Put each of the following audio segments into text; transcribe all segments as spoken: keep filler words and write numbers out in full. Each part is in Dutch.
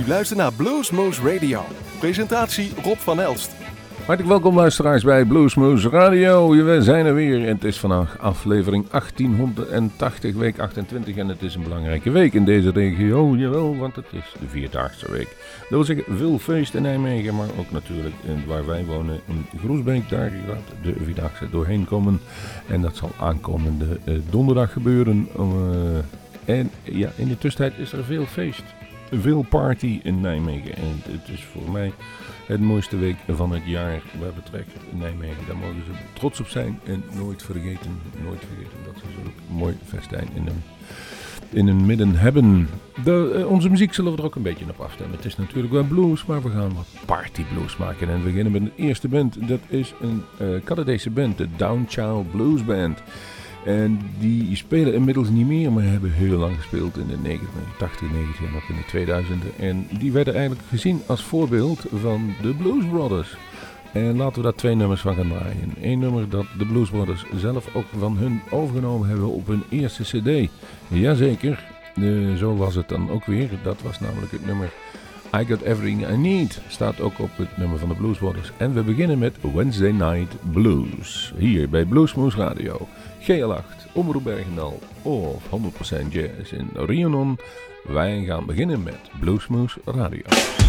luistert naar Bluesmoose Radio. Presentatie Rob van Elst. Hartelijk welkom luisteraars bij Bluesmoose Radio. We zijn er weer en het is vandaag aflevering achttienhonderdtachtig, week achtentwintig. En het is een belangrijke week in deze regio, jawel, want het is de Vierdaagse week. Dat wil zeggen veel feest in Nijmegen, maar ook natuurlijk in, waar wij wonen in Groesbeek. Daar gaat de Vierdaagse doorheen komen en dat zal aankomende uh, donderdag gebeuren. Uh, en ja, in de tussentijd is er veel feest, veel party in Nijmegen. En het is voor mij het mooiste week van het jaar wat betreft Nijmegen. Daar mogen ze trots op zijn en nooit vergeten, nooit vergeten dat ze zo'n mooi festijn in hun, in hun midden hebben. De, uh, onze muziek zullen we er ook een beetje op afstemmen. Het is natuurlijk wel blues, maar we gaan wat party blues maken. En we beginnen met de eerste band. Dat is een uh, Canadese band, de Downchild Blues Band. En die spelen inmiddels niet meer, maar hebben heel lang gespeeld in de negentig, tachtig, negentig en ook in de tweeduizenden. En die werden eigenlijk gezien als voorbeeld van de Blues Brothers. En laten we daar twee nummers van gaan draaien. Eén nummer dat de Blues Brothers zelf ook van hun overgenomen hebben op hun eerste cd. Jazeker, uh, zo was het dan ook weer. Dat was namelijk het nummer I Got Everything I Need. Staat ook op het nummer van de Blues Brothers. En we beginnen met Wednesday Night Blues. Hier bij Bluesmoose Radio. G L acht, Omroep Bergendal of honderd procent Jazz in Rionon. Wij gaan beginnen met Bluesmoose Radio.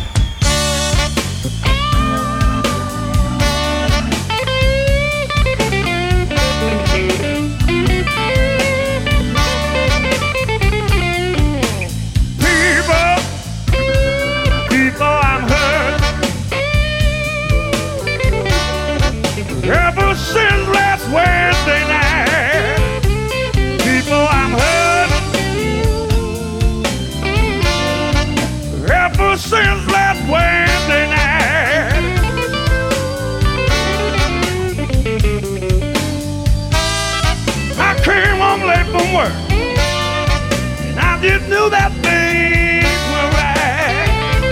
Ever since last Wednesday night, people, I'm hurt. Ever since last Wednesday night, I came home late from work, and I just knew that things were right.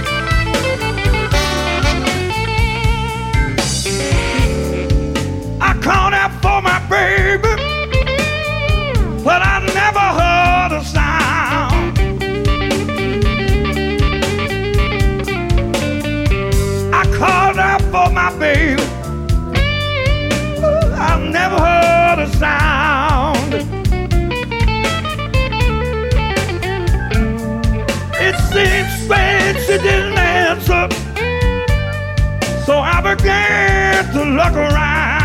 I called out for my baby, but I never heard a sound. I called out for my baby, but I never heard a sound. It seemed strange she didn't answer, so I began to look around.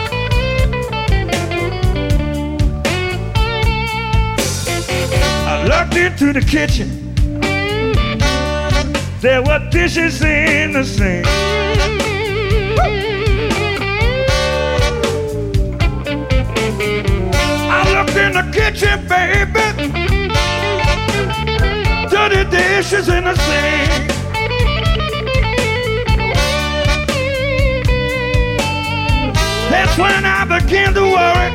I looked into the kitchen. There were dishes in the sink. I looked in the kitchen, baby. Dirty dishes in the sink. That's when I began to worry.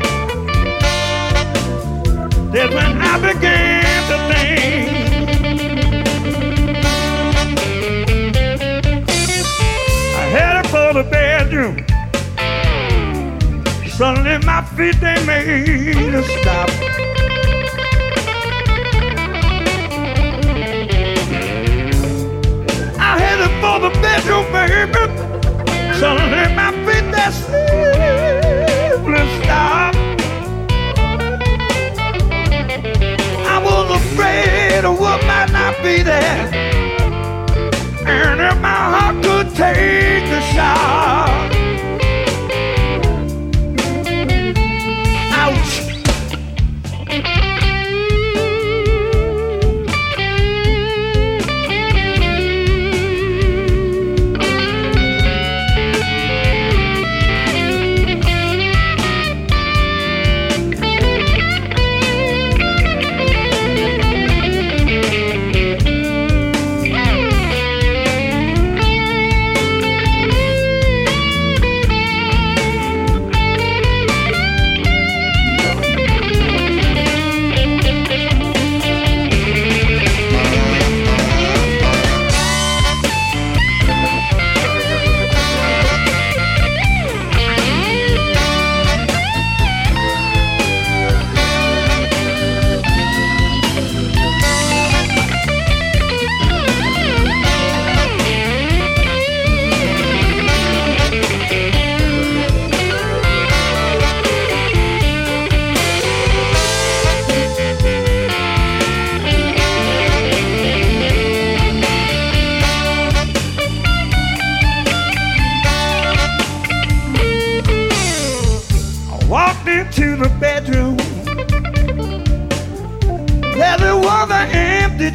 That's when I began to think. I headed for the bedroom. Suddenly my feet, they made a stop. I headed for the bedroom, baby. Suddenly my feet, they simply stopped. I was afraid of what might not be there, and if my heart could take the shot. Ouch!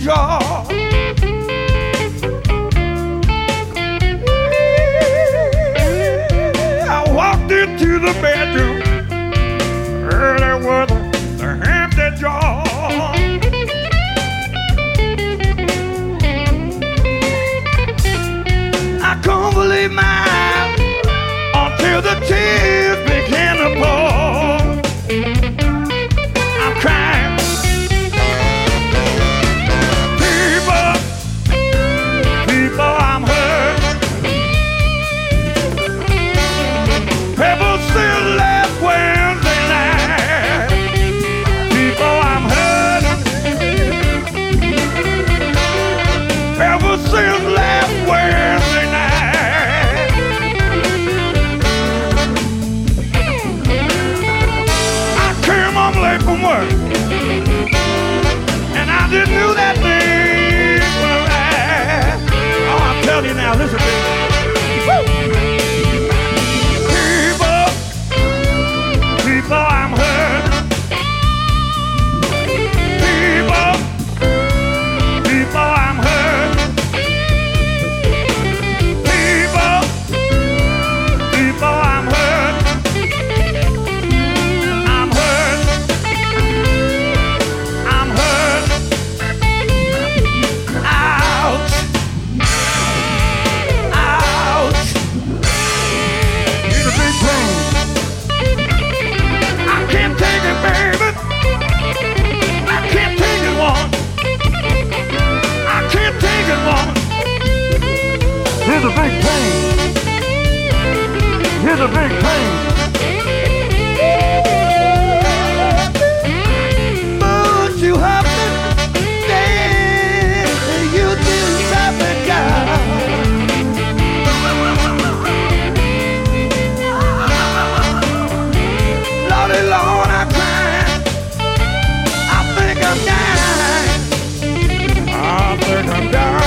jaw. I walked into the bedroom, where there was the empty jaw. I couldn't believe my eyes until the tears began to pour. I'm crying. People, people, I'm hurt. People still left Wednesday night. People, I'm hurt. People still left Wednesday night. Late from work, and I just knew that thing was right. Oh, I'm telling you now, listen to me. People, people, I'm hurt. People, people, I'm hurt. People, people, I'm hurt. Here's a big pain. Here's a big pain. But you have to stay. You didn't have to die. Lordy, Lord, I'm crying. I think I'm dying. I think I'm dying.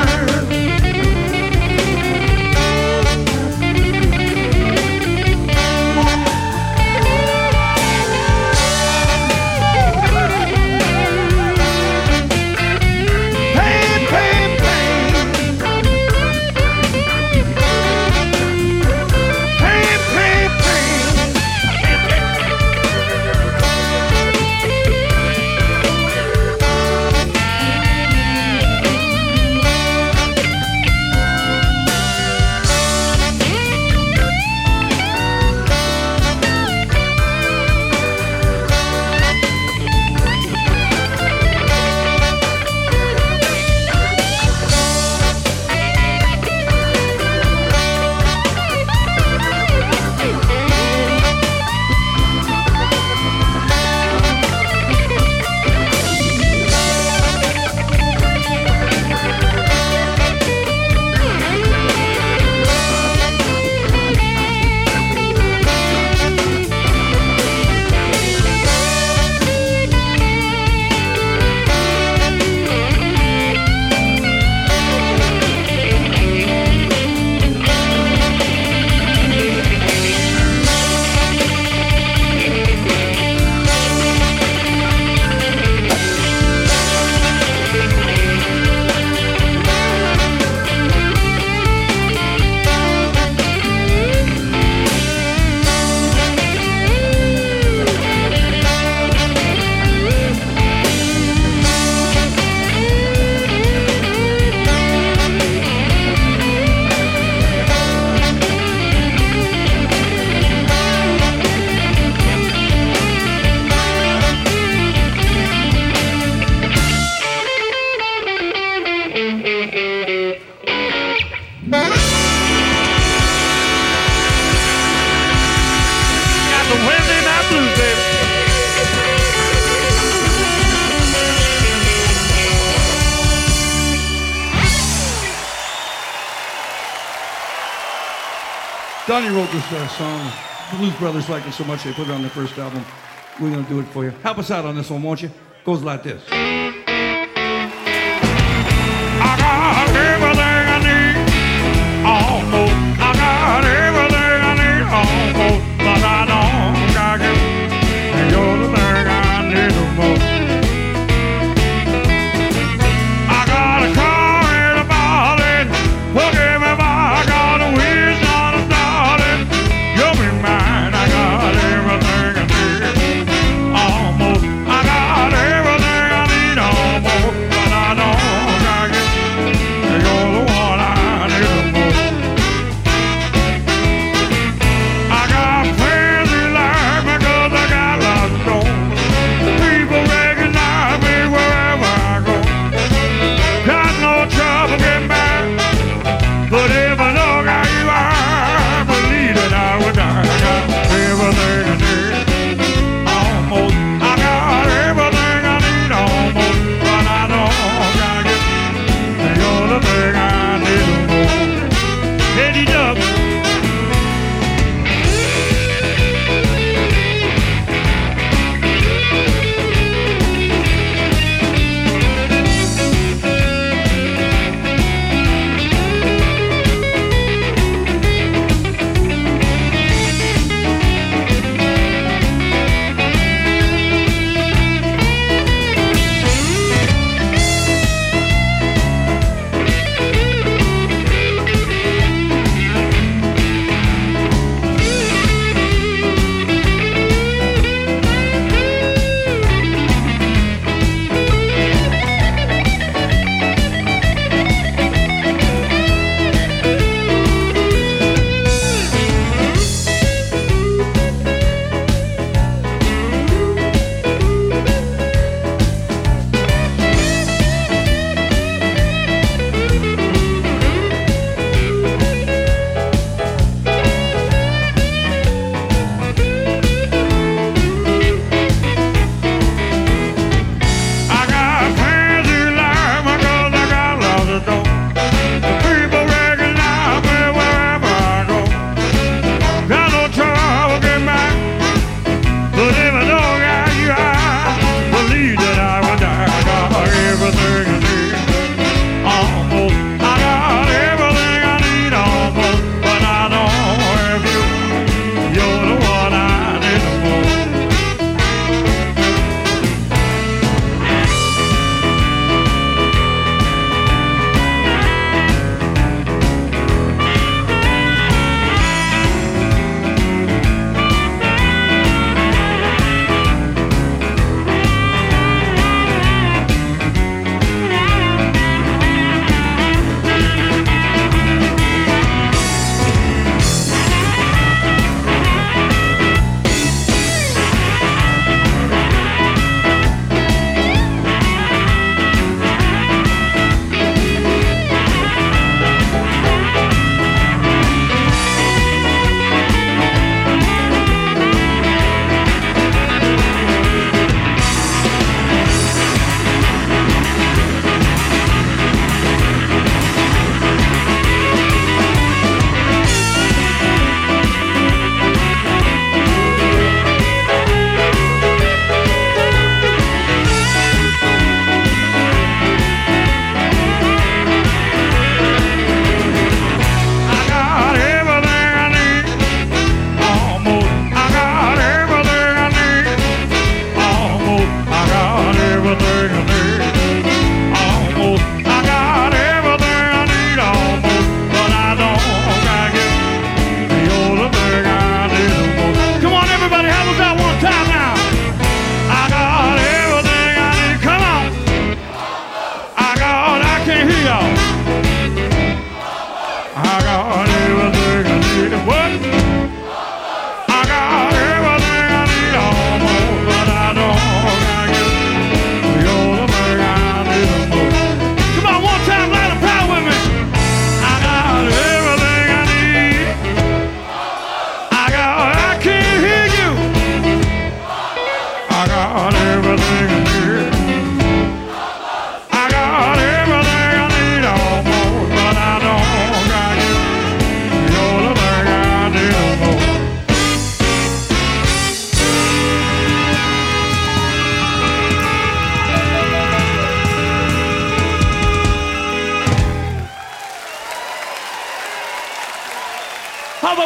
Donnie wrote this uh, song. The Blues Brothers like it so much they put it on their first album. We're going to do it for you. Help us out on this one, won't you? Goes like this. I got everything I need, almost. I got everything I need, almost. But I don't got you, and you're the thing I need the most.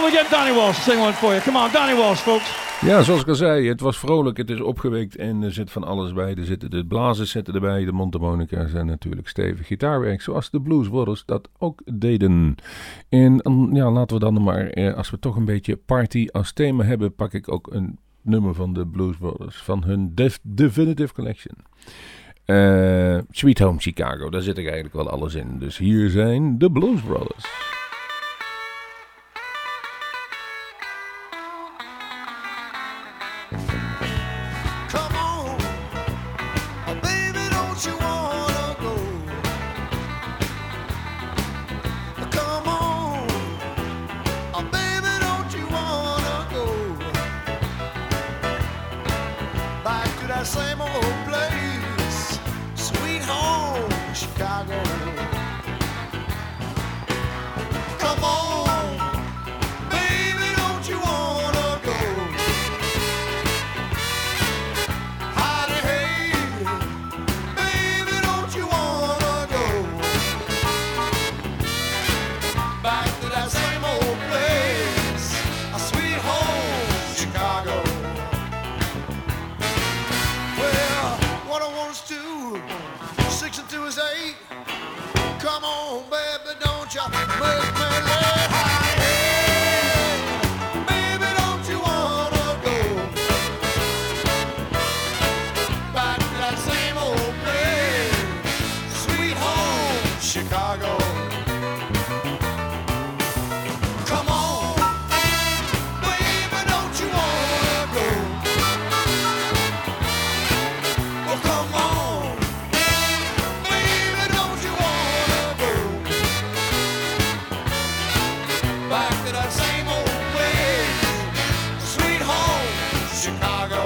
we get Donnie Walsh to sing one for you? Come on, Donnie Walsh, folks. Ja, zoals ik al zei, het was vrolijk, het is opgewekt en er zit van alles bij. Er zitten de blazers zitten erbij, de mondharmonica's en natuurlijk stevig gitaarwerk, zoals de Blues Brothers dat ook deden. En ja, laten we dan maar, als we toch een beetje party als thema hebben, pak ik ook een nummer van de Blues Brothers, van hun Def- Definitive Collection. Uh, Sweet Home Chicago, daar zit ik eigenlijk wel alles in. Dus hier zijn de Blues Brothers. Same old place, sweet home, Chicago. Come on, baby, don't you wanna go? Howdy, hey, baby, don't you wanna go? Back to that same old place, a sweet home, Chicago. Six and two is eight. Come on, baby, don't you make me late. Hey, baby, don't you wanna go back to that same old place, sweet home, Chicago. Come on, baby, don't you wanna go? Well, come on. Back to that same old place, sweet home, Chicago.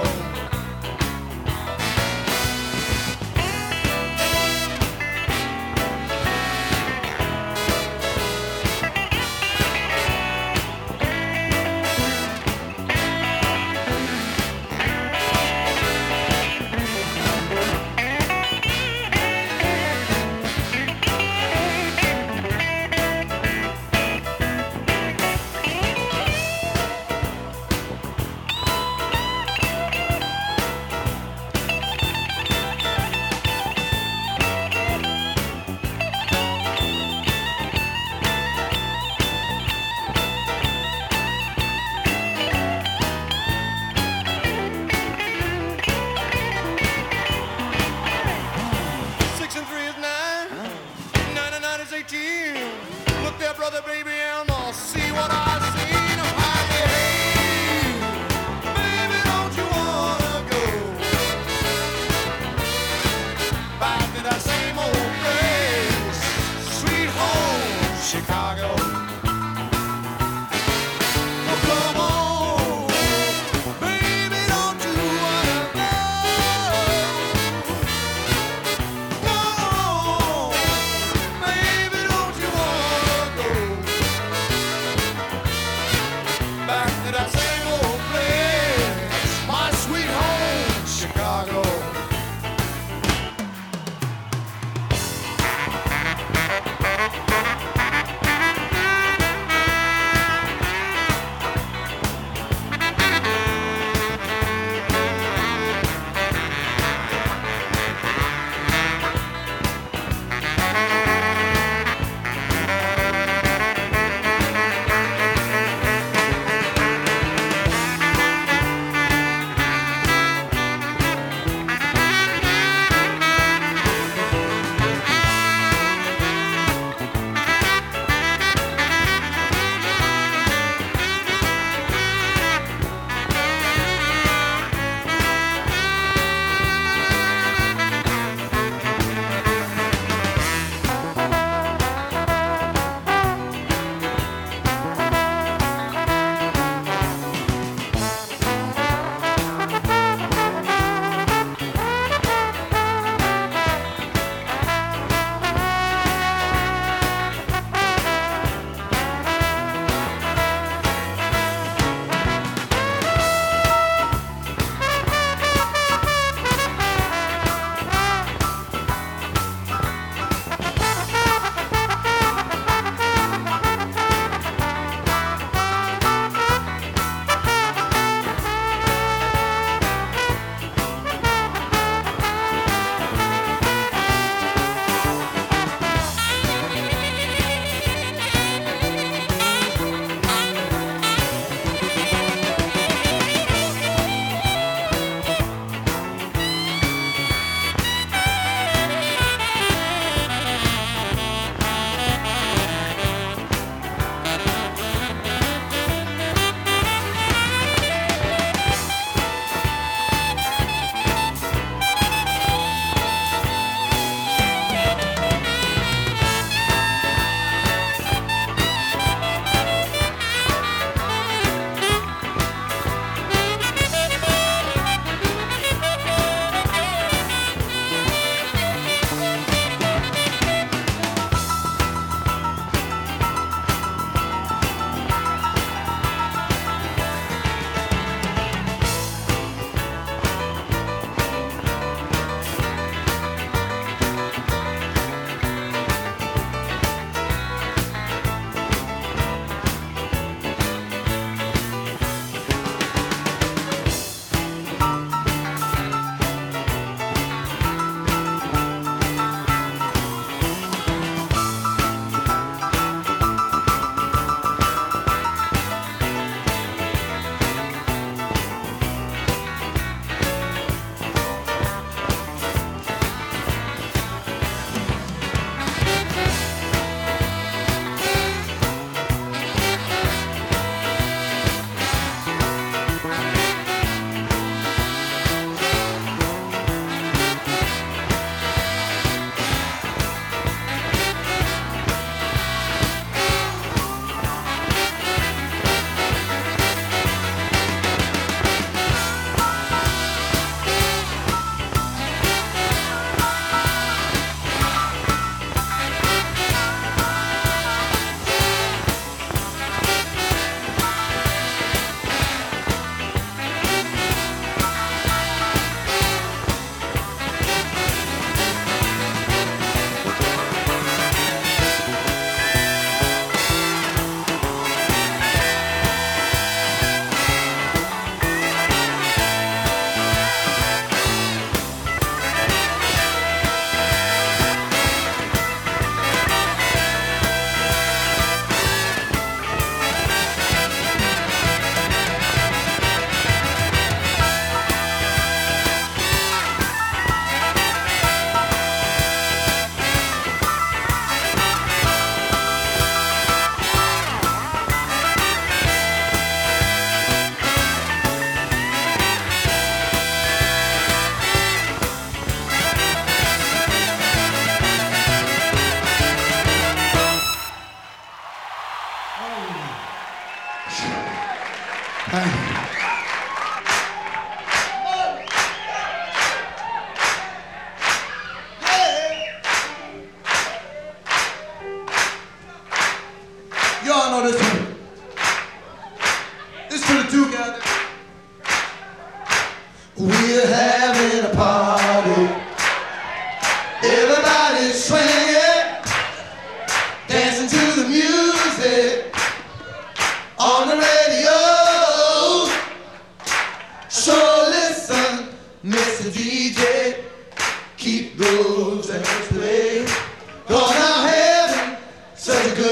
Look there, brother, baby, and I'll see what I seen. Hey, baby, don't you wanna go back to that same old place, sweet home, Chicago? Oh, come on, baby, don't you wanna go? Come on, baby, don't you wanna go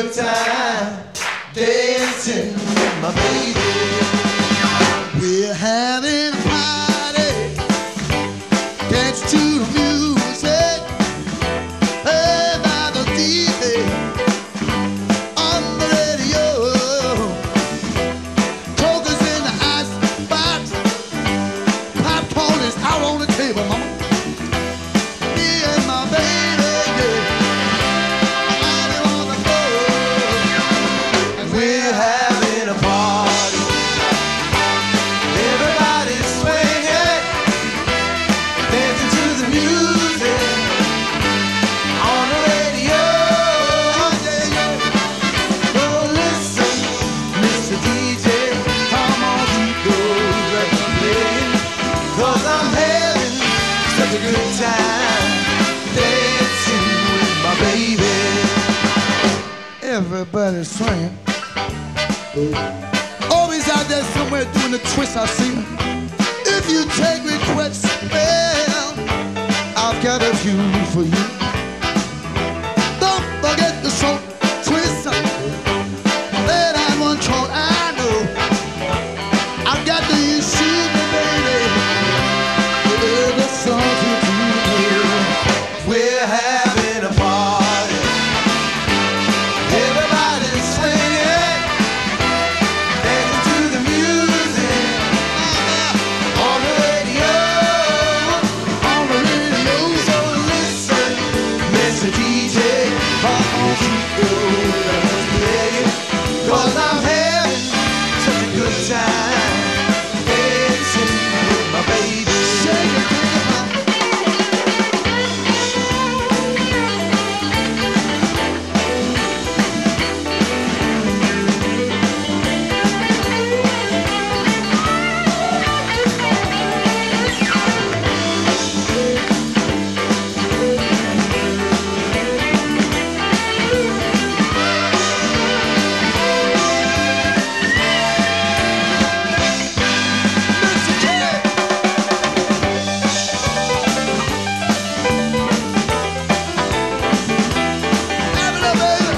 good time dancing with my baby. We're having a party, dance to the music, played by the D J on the radio. Coke is in the icebox, popcorn is out on the table, mama. Me and my baby, yeah, I'm on the floor, and we're having a party. Everybody's swinging, dancing to the music on the radio. Yeah, yeah. Oh, listen, Mister D J, come on, keep those records playing, 'cause I'm having such a good time dancing with my baby. Everybody's swinging. Always out there somewhere doing the twist, I see. If you take requests, well, I've got a few for you. Don't forget the soul twist. Play that one chord, I know. I've got the issue, baby. With the song to do. We're having a party. Everybody's swinging, dancing to the music on the radio, on the radio. So listen, Mister D J, come on, keep those records playing, 'cause I'm having such a good time dancing with my baby. Shake it, take it, mama. Mister K. Have it up, baby.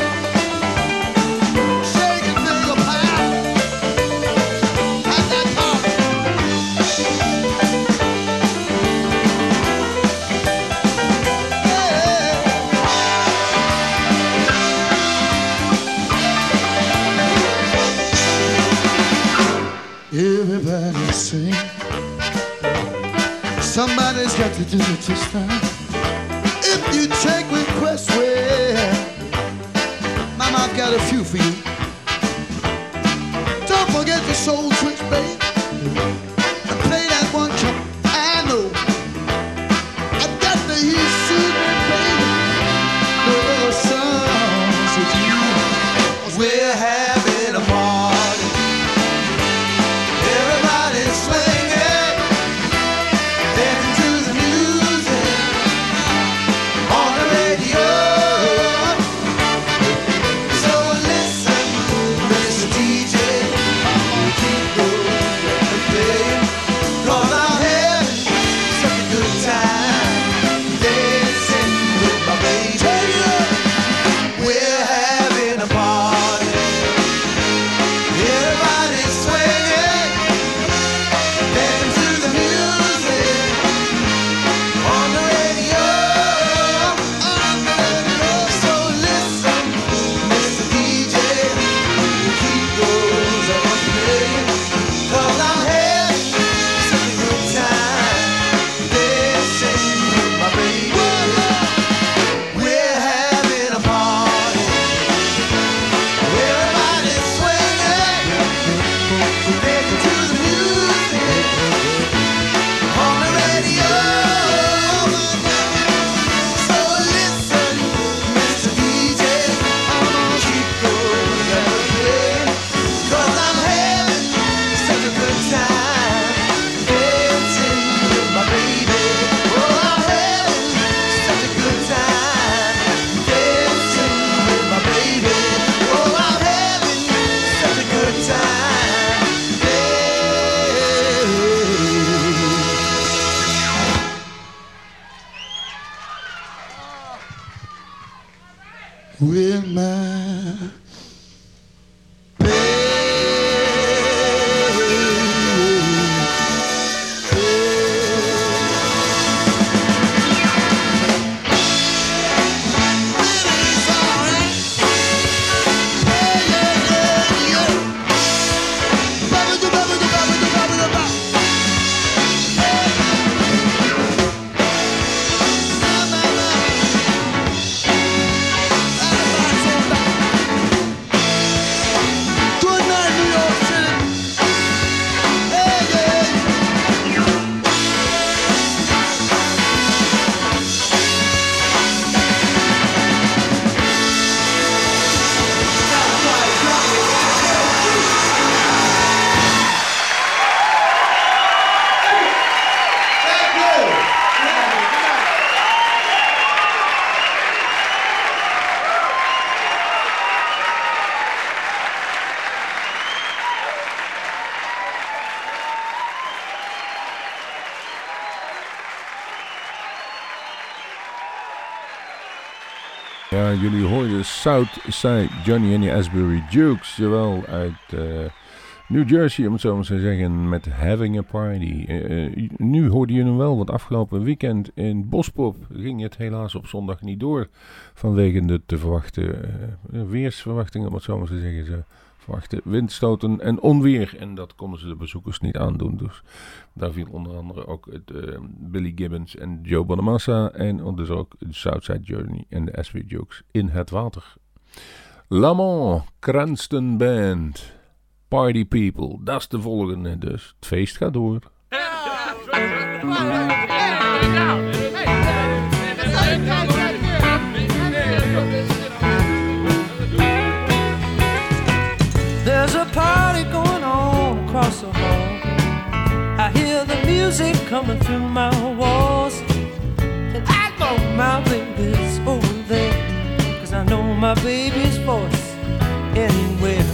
Shake it, take a pie. Have that party. Everybody sing. Somebody's got to do it this time. If you take requests, well, Mama, I've got a few for you. Don't forget the soul twitch, babe. And play that one chop. I know. I've got the heat suited, baby. Those songs with you. We're having a party. Everybody's swinging, dancing to the music on the radio. So listen, Mister D J, keep with my baby. Ja, jullie hoorden Southside Johnny en de Asbury Jukes, jawel, uit uh, New Jersey, om het zo maar te zeggen, met Having a Party. Uh, uh, nu hoorden jullie hem wel, want afgelopen weekend in Bospop ging het helaas op zondag niet door, vanwege de te verwachten uh, weersverwachtingen, om het zo maar te zeggen. Ze verwachten windstoten en onweer, en dat konden ze de bezoekers niet aandoen. Dus daar viel onder andere ook het, uh, Billy Gibbons en Joe Bonamassa en dus ook Southside Journey en de Asbury Jukes in het water. Lamont Cranston Band, Party People, dat is de volgende dus. Het feest gaat door. There's a party going on across the hall. I hear the music coming through my walls, and I know my baby's over there, 'cause I know my baby's voice anywhere.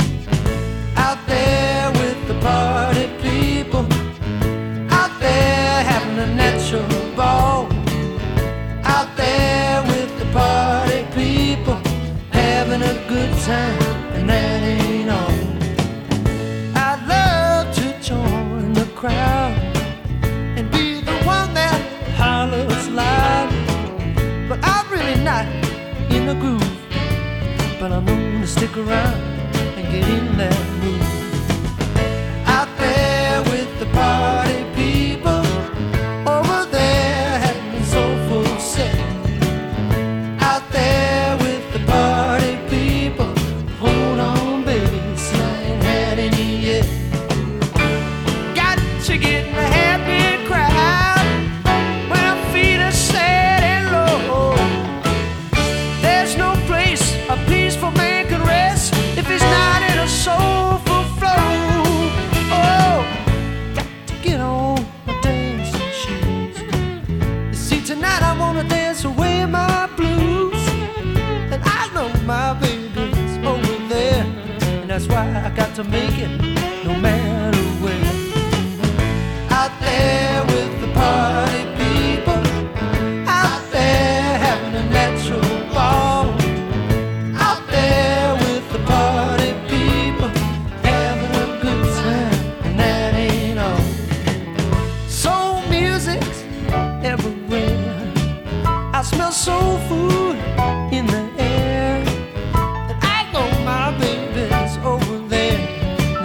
Out there with the party people, out there having a natural ball, out there with the party people, having a good time, and that ain't all. I'd love to join the crowd and be the one that hollers loud, but I'm really not in the groove, but I'm gonna stick around and get in that mood. Out there with the party people, over there having a soulful set. Out there with the party people, hold on baby, I ain't had any yet. Got to get in a happy crowd when our feet are sad and low. There's no place a peaceful man can rest if he's not in a soulful flow. Oh, got to get on my dancing shoes. You see, tonight I wanna dance away my blues, and I know my baby's over there, and that's why I got to make it no matter where. Out there with the party people, out there having a natural ball, out there with the party people, having a good time, and that ain't all. Soul music's everywhere, I smell soul food in the air, and I know my baby's over there,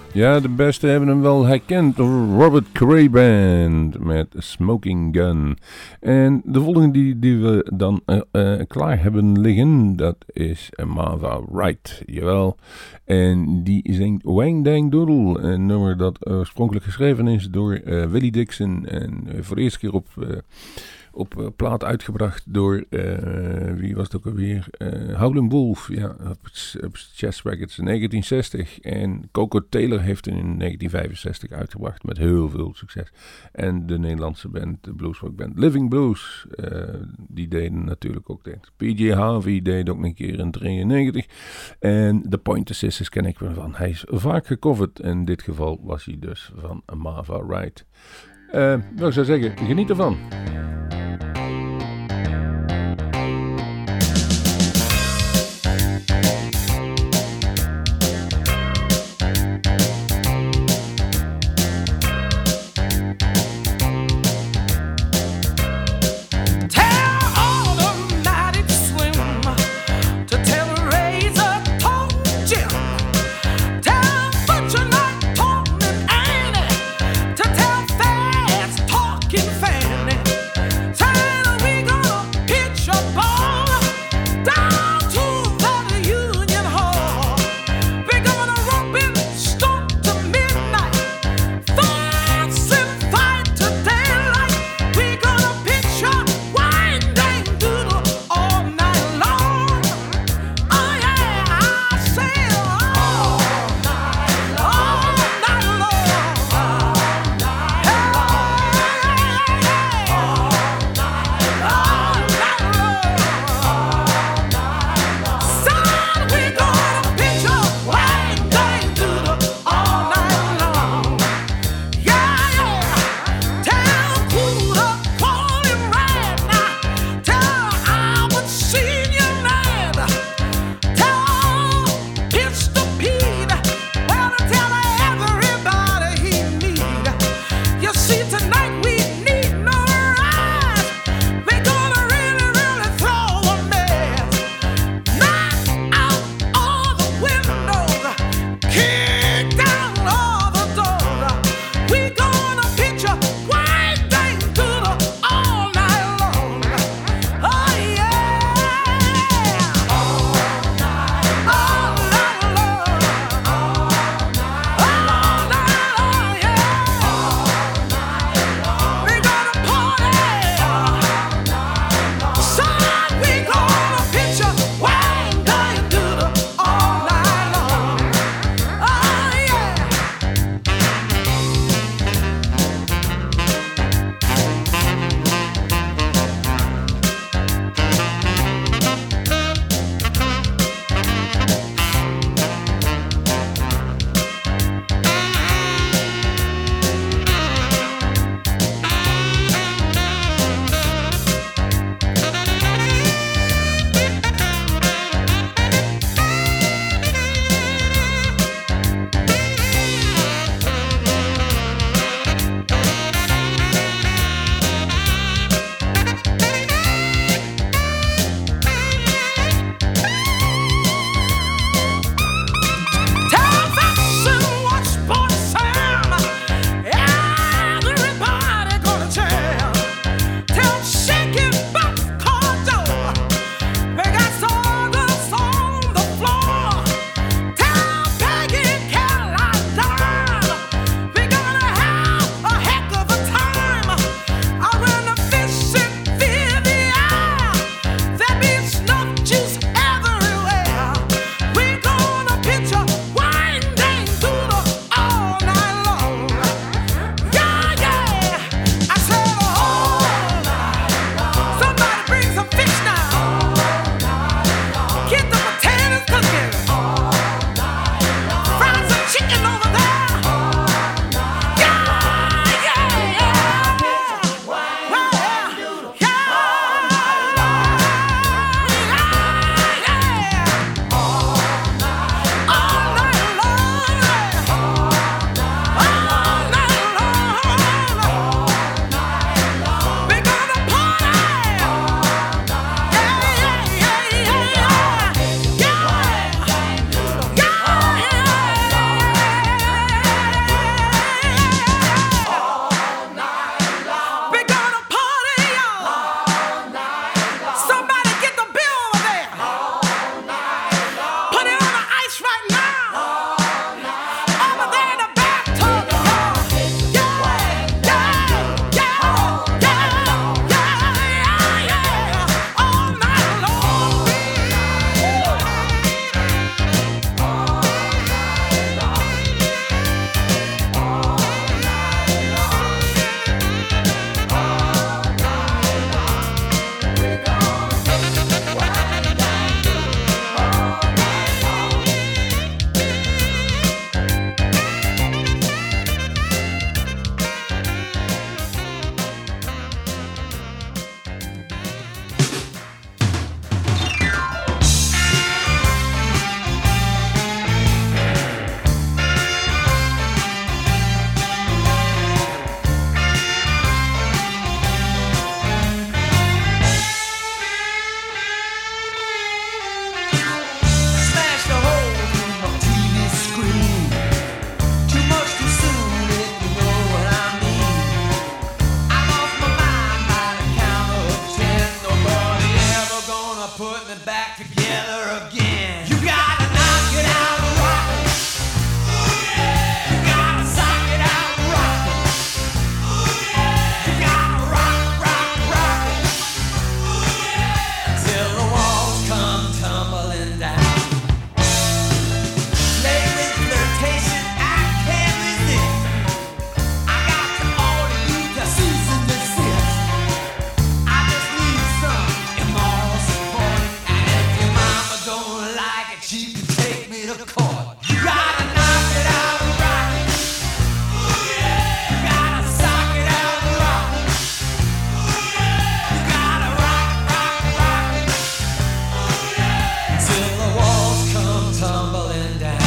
Ja, de beste hebben hem wel herkend. Robert Cray Band met Smoking Gun. En de volgende die, die we dan uh, uh, klaar hebben liggen, dat is Martha Wright. Jawel. En die zingt Wang Dang Doodle. Een nummer dat oorspronkelijk geschreven is door uh, Willie Dixon. En uh, voor de eerste keer op... Uh, op uh, plaat uitgebracht door, uh, wie was het ook alweer? Uh, Howlin' Wolf, ja, op, op Chess Records in negentien zestig. En Coco Taylor heeft het in negentien vijfenzestig uitgebracht met heel veel succes. En de Nederlandse band, de bluesrock band Living Blues, uh, die deden natuurlijk ook dit. P J Harvey deed ook een keer in drieënnegentig. En de Pointer Sisters ken ik wel van. Hij is vaak gecoverd. In dit geval was hij dus van Martha Wright. Uh, nou, ik zou zeggen, geniet ervan. Fanny. Tell she can take me to court. You gotta knock it out and rock it. Ooh, yeah. You gotta sock it out and rock it. Ooh, yeah. You gotta rock, rock, rock it. Ooh, yeah. Till the walls come tumbling down.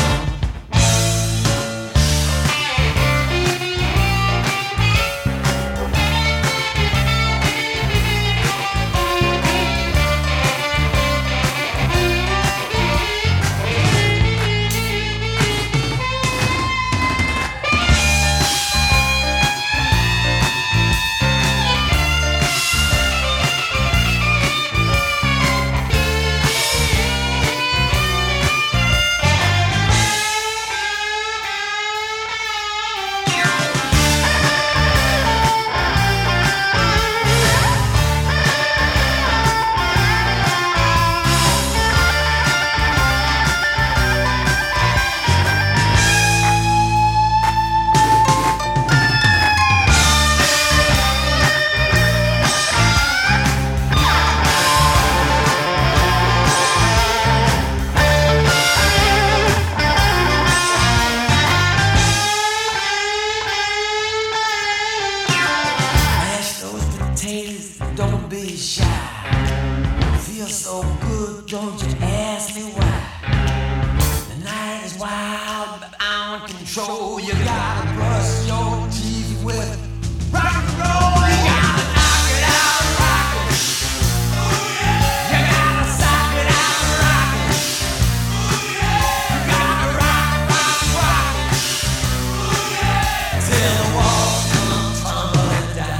Don't be shy. Feel so good, don't you ask me why. The night is wild, but out of control. You gotta brush your teeth with rock and roll. You gotta knock it out and rock it. Ooh, yeah. You gotta sock it out and rock it. Ooh, yeah. You gotta rock, rock, rock it. Ooh, yeah. Till the walls come tumbling down.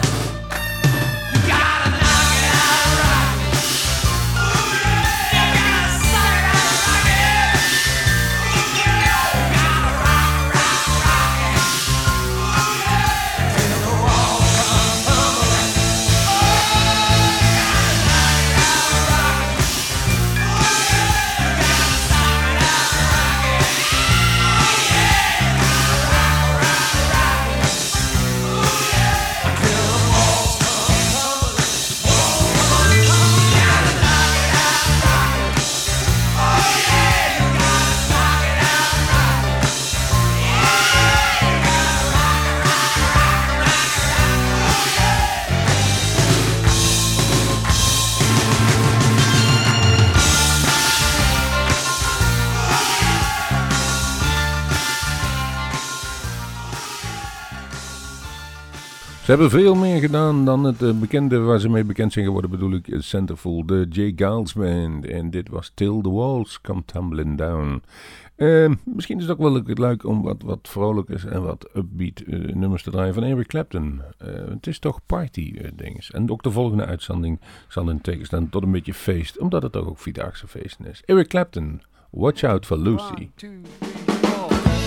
Ze hebben veel meer gedaan dan het uh, bekende waar ze mee bekend zijn geworden, bedoel ik, Centerfold, de J. Geils Band. En dit was Till the Walls Come Tumbling Down. Uh, misschien is het ook wel leuk om wat, wat vrolijkers en wat upbeat uh, nummers te draaien van Eric Clapton. Uh, het is toch party uh, dinges. En ook de volgende uitzending zal in tegenstaan tot een beetje feest, omdat het toch ook Vierdaagse feesten is. Eric Clapton, Watch Out for Lucy. One, two, three, four.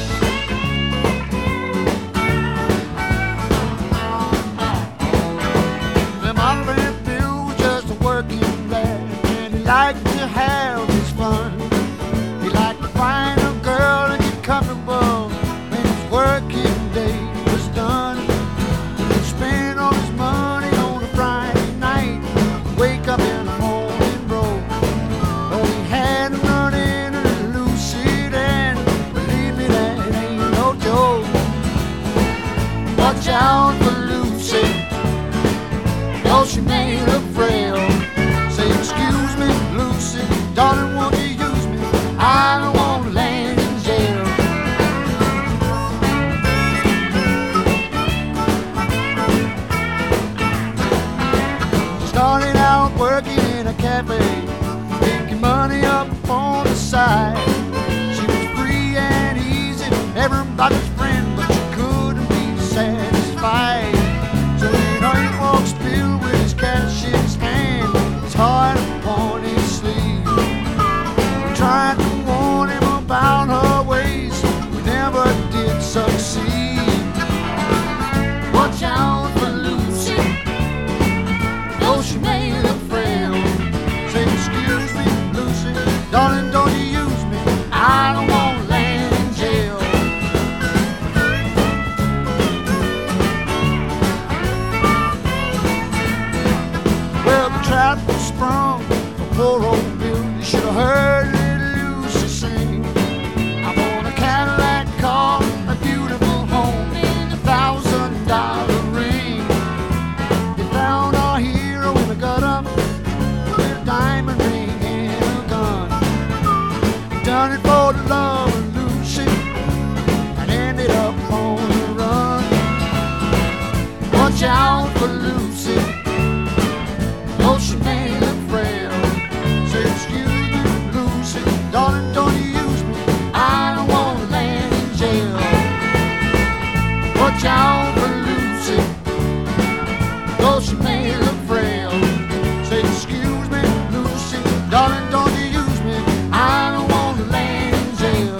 Like to have his fun. He like to find a girl and get comfortable when his working day was done. He'd spend all his money on a Friday night, wake up in the morning broke. But he had to run in and lucid, and believe me, that ain't no joke. Watch out for Lucy, though she may look frail. Say excuse me, Lucy, hunted for the love of Lucy and ended up on the run. Watch out for Lucy, though she may look frail. Say, excuse me, Lucy, darling, don't you use me, I don't want to land in jail. Watch out for Lucy, though she may look frail. Say, excuse me, Lucy, darling, don't you use me, I don't want to land in jail.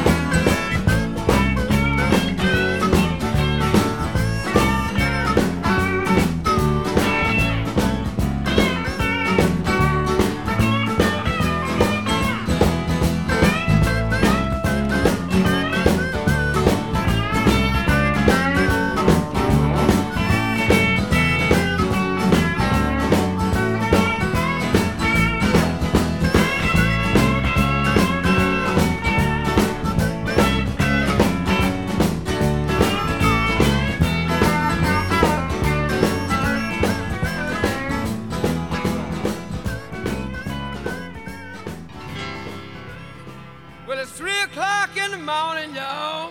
Well, it's three o'clock in the morning, y'all.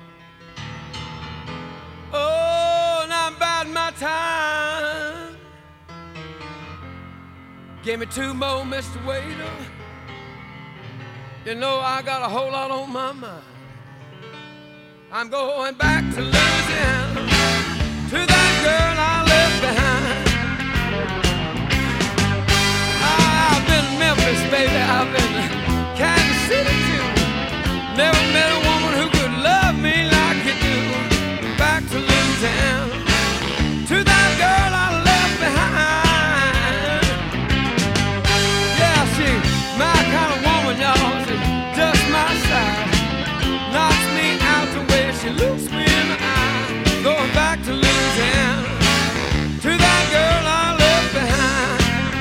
Oh, and I'm about my time. Give me two more, Mister Waiter. You know I got a whole lot on my mind. I'm going back to Louisiana, to that girl I left behind. I've been in Memphis, baby, I've been in Kansas City too. Never met a woman who could love me like you do. Back to Louisiana, to that girl I left behind. Yeah, she's my kind of woman, y'all. She's just my size. Knocks me out the way she looks me in the eye. Going back to Louisiana, to that girl I left behind.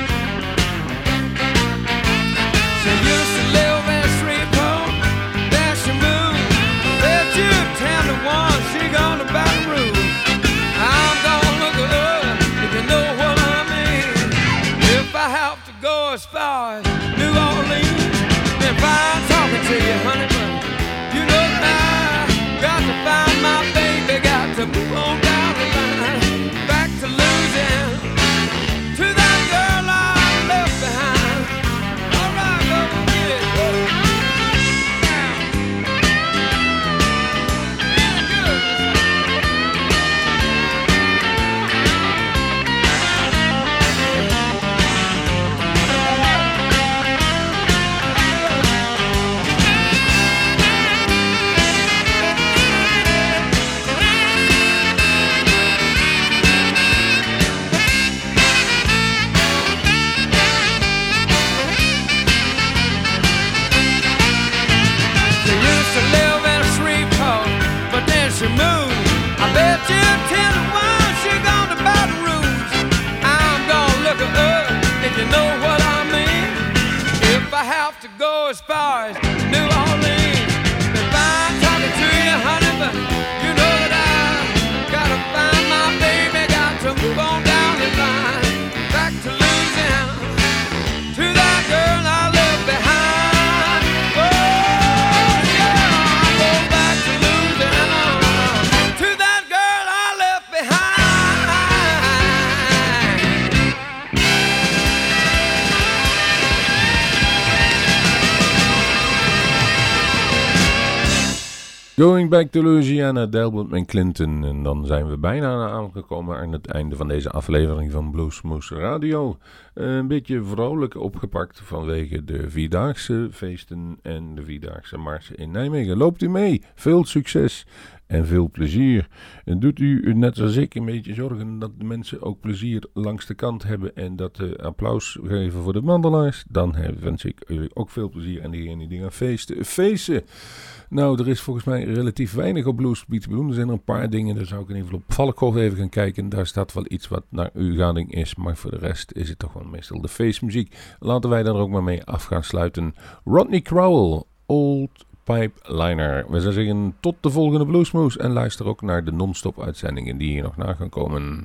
She used to live in Shreveport, then she moved. Bet you ten to one she gone to Baton Rouge. I'm gonna look her up, if you know what I mean. If I have to go as far as New Orleans, then fine talking to you, honey, but you know that I got to find my baby, got to move on down the line. Back to Louisiana, to that girl I left behind. All right, go get it. Feeling good. She used to live in Shreveport, but then she moved. I bet you ten to one she gone to Baton Rouge. I'm gonna look her up, if you know what I mean. If I have to go as far as New Orleans, then fine talking to you, honey, but you know that I gotta find my baby, got to move on down the line. Back to Louisiana, to that girl I left behind. Oh, yeah, I go back to Louisiana, to that girl I left behind. Going Back to Louisiana, Delbert en Clinton. En dan zijn we bijna aangekomen aan het einde van deze aflevering van Bluesmoose Radio. Een beetje vrolijk opgepakt vanwege de Vierdaagse feesten en de Vierdaagse marsen in Nijmegen. Loopt u mee? Veel succes en veel plezier. En doet u net als ik een beetje zorgen dat de mensen ook plezier langs de kant hebben en dat uh, applaus geven voor de mandelaars. Dan wens ik jullie ook veel plezier aan diegenen die gaan feesten. Feesten! Nou, er is volgens mij relatief weinig op bluesgebied te doen. Er zijn er een paar dingen, daar zou ik in ieder geval op Valkhof even gaan kijken. Daar staat wel iets wat naar uw gading is, maar voor de rest is het toch wel meestal de feestmuziek. Laten wij daar ook maar mee af gaan sluiten. Rodney Crowell, Old Pipeliner. We zouden zeggen tot de volgende Bluesmoose en luister ook naar de non-stop uitzendingen die hier nog na gaan komen.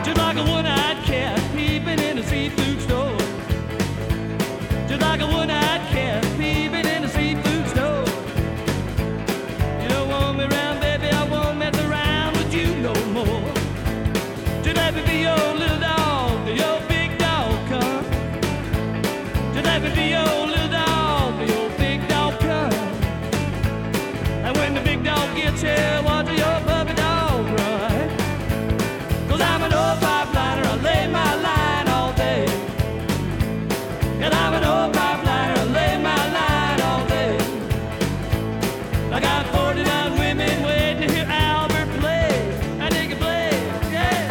just like a one-eyed cat peeping in a seafood store. Just like a one-eyed cat peeping in a seafood store. You don't want me around, baby, I won't mess around with you no more. Just let me be your little dog, your big dog, come. Just let me be your little dog, your big dog, come. And when the big dog gets here, watch your puppy dog run. Cause I'm an old pipeliner, I lay my line all day. And I'm an old pipeliner, I lay my line all day. I got forty-nine women waiting to hear Albert play. And they can play, yeah.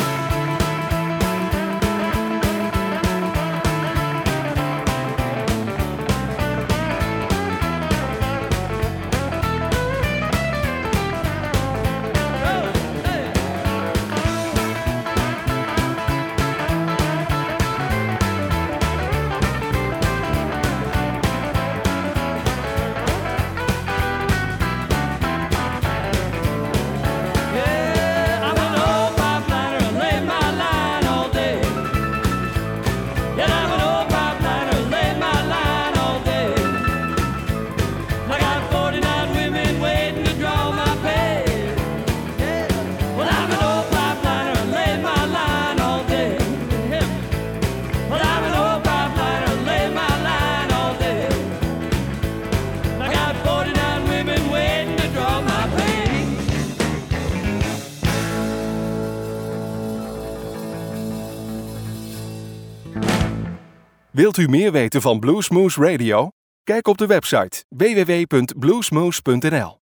Oh, hey. Yeah, I'm an old pipeliner, I lay my line all day. Yeah, I'm an old pipeliner, I lay my line all day. I got forty-nine women waiting to draw my pay. Yeah, well, I'm an old pipeliner, I lay my line all day. Yeah. Well, I'm an old pipeliner, I lay my line all day. I got forty-nine women waiting to draw my pay. Wilt u meer weten van Bluesmoose Radio? Kijk op de website w w w punt bluesmoose punt n l.